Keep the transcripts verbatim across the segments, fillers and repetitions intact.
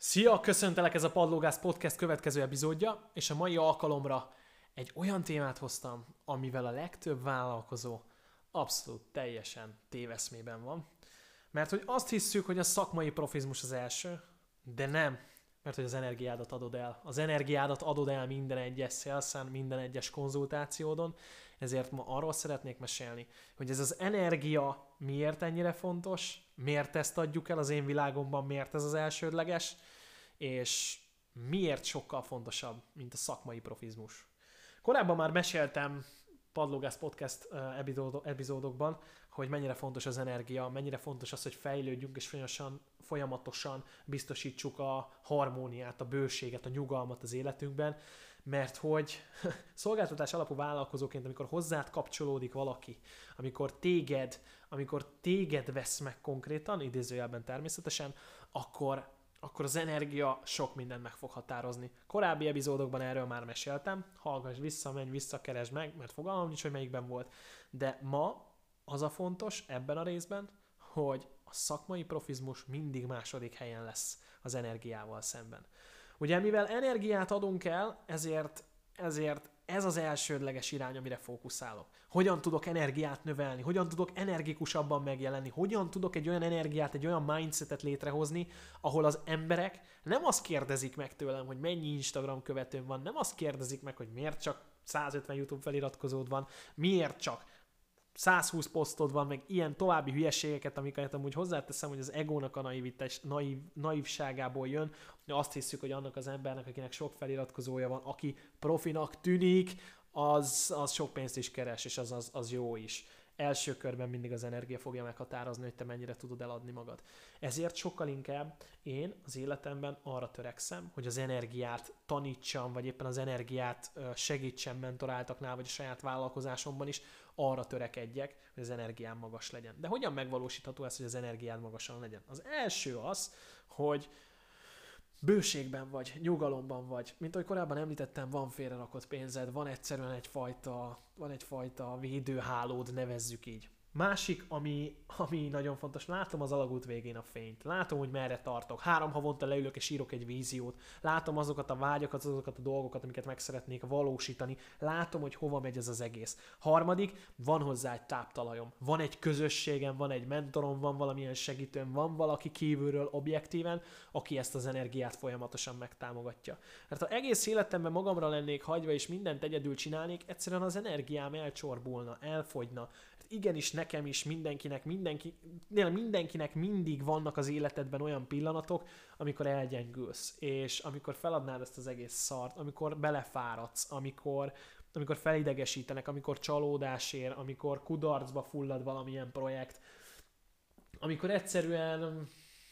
Szia! Köszöntelek, ez a Padlógász Podcast következő epizódja, és a mai alkalomra egy olyan témát hoztam, amivel a legtöbb vállalkozó abszolút teljesen téveszmében van. Mert hogy azt hisszük, hogy a szakmai profizmus az első, de nem, mert hogy az energiádat adod el. Az energiádat adod el minden egyes szélszán, minden egyes konzultációdon, ezért ma arról szeretnék mesélni, hogy ez az energia miért ennyire fontos, miért ezt adjuk el az én világomban, miért ez az elsődleges, és miért sokkal fontosabb, mint a szakmai profizmus. Korábban már meséltem Padlógász Podcast epizódokban, hogy mennyire fontos az energia, mennyire fontos az, hogy fejlődjünk és folyamatosan, folyamatosan biztosítsuk a harmóniát, a bőséget, a nyugalmat az életünkben, mert hogy szolgáltatás alapú vállalkozóként, amikor hozzád kapcsolódik valaki, amikor téged, amikor téged vesz meg konkrétan, idézőjelben természetesen, akkor akkor az energia sok mindent meg fog határozni. Korábbi epizódokban erről már meséltem, hallgass vissza, menj vissza, keresd meg, mert fogalmam nincs, hogy melyikben volt. De ma az a fontos ebben a részben, hogy a szakmai profizmus mindig második helyen lesz az energiával szemben. Ugye mivel energiát adunk el, ezért, ezért ez az elsődleges irány, amire fókuszálok. Hogyan tudok energiát növelni, hogyan tudok energikusabban megjelenni, hogyan tudok egy olyan energiát, egy olyan mindsetet létrehozni, ahol az emberek nem azt kérdezik meg tőlem, hogy mennyi Instagram követőm van, nem azt kérdezik meg, hogy miért csak százötven YouTube feliratkozód van, miért csak százhúsz posztod van, meg ilyen további hülyeségeket, amiket amúgy hozzáteszem, hogy az egónak a naivitás, naív, naivságából jön, de azt hiszük, hogy annak az embernek, akinek sok feliratkozója van, aki profinak tűnik, az, az sok pénzt is keres, és az, az, az jó is. Első körben mindig az energia fogja meghatározni, hogy te mennyire tudod eladni magad. Ezért sokkal inkább én az életemben arra törekszem, hogy az energiát tanítsam, vagy éppen az energiát segítsem mentoráltaknál, vagy a saját vállalkozásomban is, arra törekedjek, hogy az energiám magas legyen. De hogyan megvalósítható ez, hogy az energiád magasan legyen? Az első az, hogy bőségben vagy, nyugalomban vagy. Mint ahogy korábban említettem, van félrerakott pénzed, van egyszerűen egyfajta, van egyfajta védőhálód, nevezzük így. Másik, ami, ami nagyon fontos, látom az alagút végén a fényt. Látom, hogy merre tartok. Három havonta leülök és írok egy víziót. Látom azokat a vágyakat, azokat a dolgokat, amiket meg szeretnék valósítani. Látom, hogy hova megy ez az egész. Harmadik, van hozzá egy táptalajom. Van egy közösségem, van egy mentorom, van valamilyen segítőm, van valaki kívülről objektíven, aki ezt az energiát folyamatosan megtámogatja. Mert ha egész életemben magamra lennék hagyva és mindent egyedül csinálnék, egyszerűen az energiám elcsorbulna, elfogyna. Igenis nekem is, mindenkinek, mindenki, mindenkinek mindig vannak az életedben olyan pillanatok, amikor elgyengülsz, és amikor feladnád ezt az egész szart, amikor belefáradsz, amikor, amikor felidegesítenek, amikor csalódás ér, amikor kudarcba fullad valamilyen projekt, amikor egyszerűen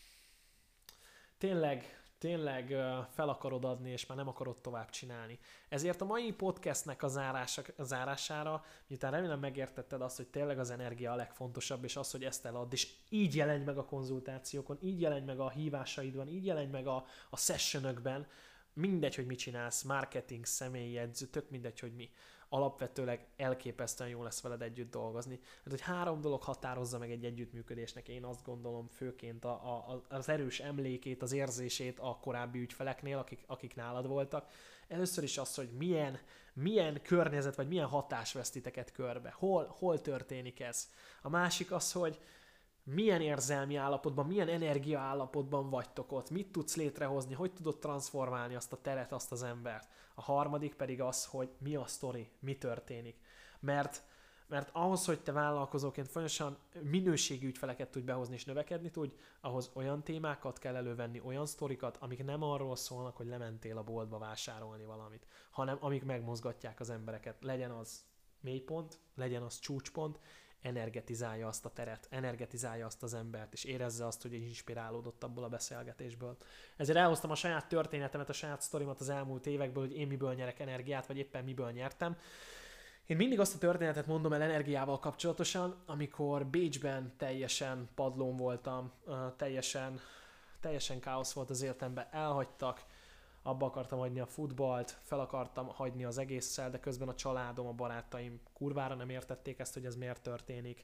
tényleg tényleg fel akarod adni, és már nem akarod tovább csinálni. Ezért a mai podcastnek a, zárása, a zárására, miután remélem megértetted azt, hogy tényleg az energia a legfontosabb, és az, hogy ezt eladd, és így jelenj meg a konzultációkon, így jelenj meg a hívásaidban, így jelenj meg a, a sessionökben, mindegy, hogy mit csinálsz, marketing, személyi edző, tök mindegy, hogy mi. Alapvetőleg elképesztően jó lesz veled együtt dolgozni. Hát, hogy három dolog határozza meg egy együttműködésnek, én azt gondolom főként a, a, az erős emlékét, az érzését a korábbi ügyfeleknél, akik, akik nálad voltak. Először is az, hogy milyen, milyen környezet, vagy milyen hatás vesz titeket körbe. Hol, hol történik ez? A másik az, hogy milyen érzelmi állapotban, milyen energia állapotban vagytok ott, mit tudsz létrehozni, hogy tudod transformálni azt a teret, azt az embert. A harmadik pedig az, hogy mi a sztori, mi történik. Mert, mert ahhoz, hogy te vállalkozóként folyamatosan minőségi ügyfeleket tudj behozni és növekedni tudj, ahhoz olyan témákat kell elővenni, olyan sztorikat, amik nem arról szólnak, hogy lementél a boltba vásárolni valamit, hanem amik megmozgatják az embereket. Legyen az mélypont, legyen az csúcspont, energetizálja azt a teret, energetizálja azt az embert, és érezze azt, hogy inspirálódott abból a beszélgetésből. Ezért elhoztam a saját történetemet, a saját sztorimat az elmúlt évekből, hogy én miből nyerek energiát, vagy éppen miből nyertem. Én mindig azt a történetet mondom el energiával kapcsolatosan, amikor Bécsben teljesen padlón voltam, teljesen, teljesen káosz volt az életemben, elhagytak, abba akartam hagyni a futballt, fel akartam hagyni az egésszel, de közben a családom, a barátaim kurvára nem értették ezt, hogy ez miért történik.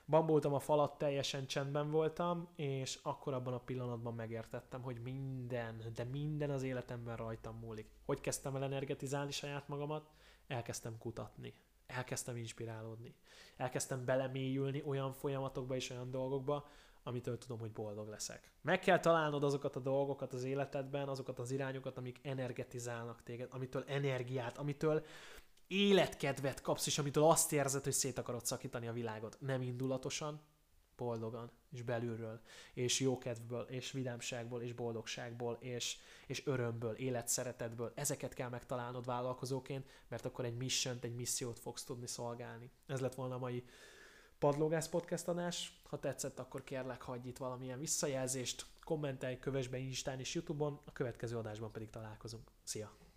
bambultam a falat, teljesen csendben voltam, és akkor abban a pillanatban megértettem, hogy minden, de minden az életemben rajtam múlik. Hogy kezdtem el energetizálni saját magamat? Elkezdtem kutatni. Elkezdtem inspirálódni. Elkezdtem belemélyülni olyan folyamatokba és olyan dolgokba, amitől tudom, hogy boldog leszek. Meg kell találnod azokat a dolgokat az életedben, azokat az irányokat, amik energetizálnak téged, amitől energiát, amitől életkedvet kapsz, és amitől azt érzed, hogy szét akarod szakítani a világot. Nem indulatosan, boldogan, és belülről, és jókedvből, és vidámságból, és boldogságból, és, és örömből, életszeretetből. Ezeket kell megtalálnod vállalkozóként, mert akkor egy missiont, egy missziót fogsz tudni szolgálni. Ez lett volna a mai Padlógász podcast adás. Ha tetszett, akkor kérlek, hagyj itt valamilyen visszajelzést, kommentelj, kövess be Instán és YouTube-on, a következő adásban pedig találkozunk. Szia!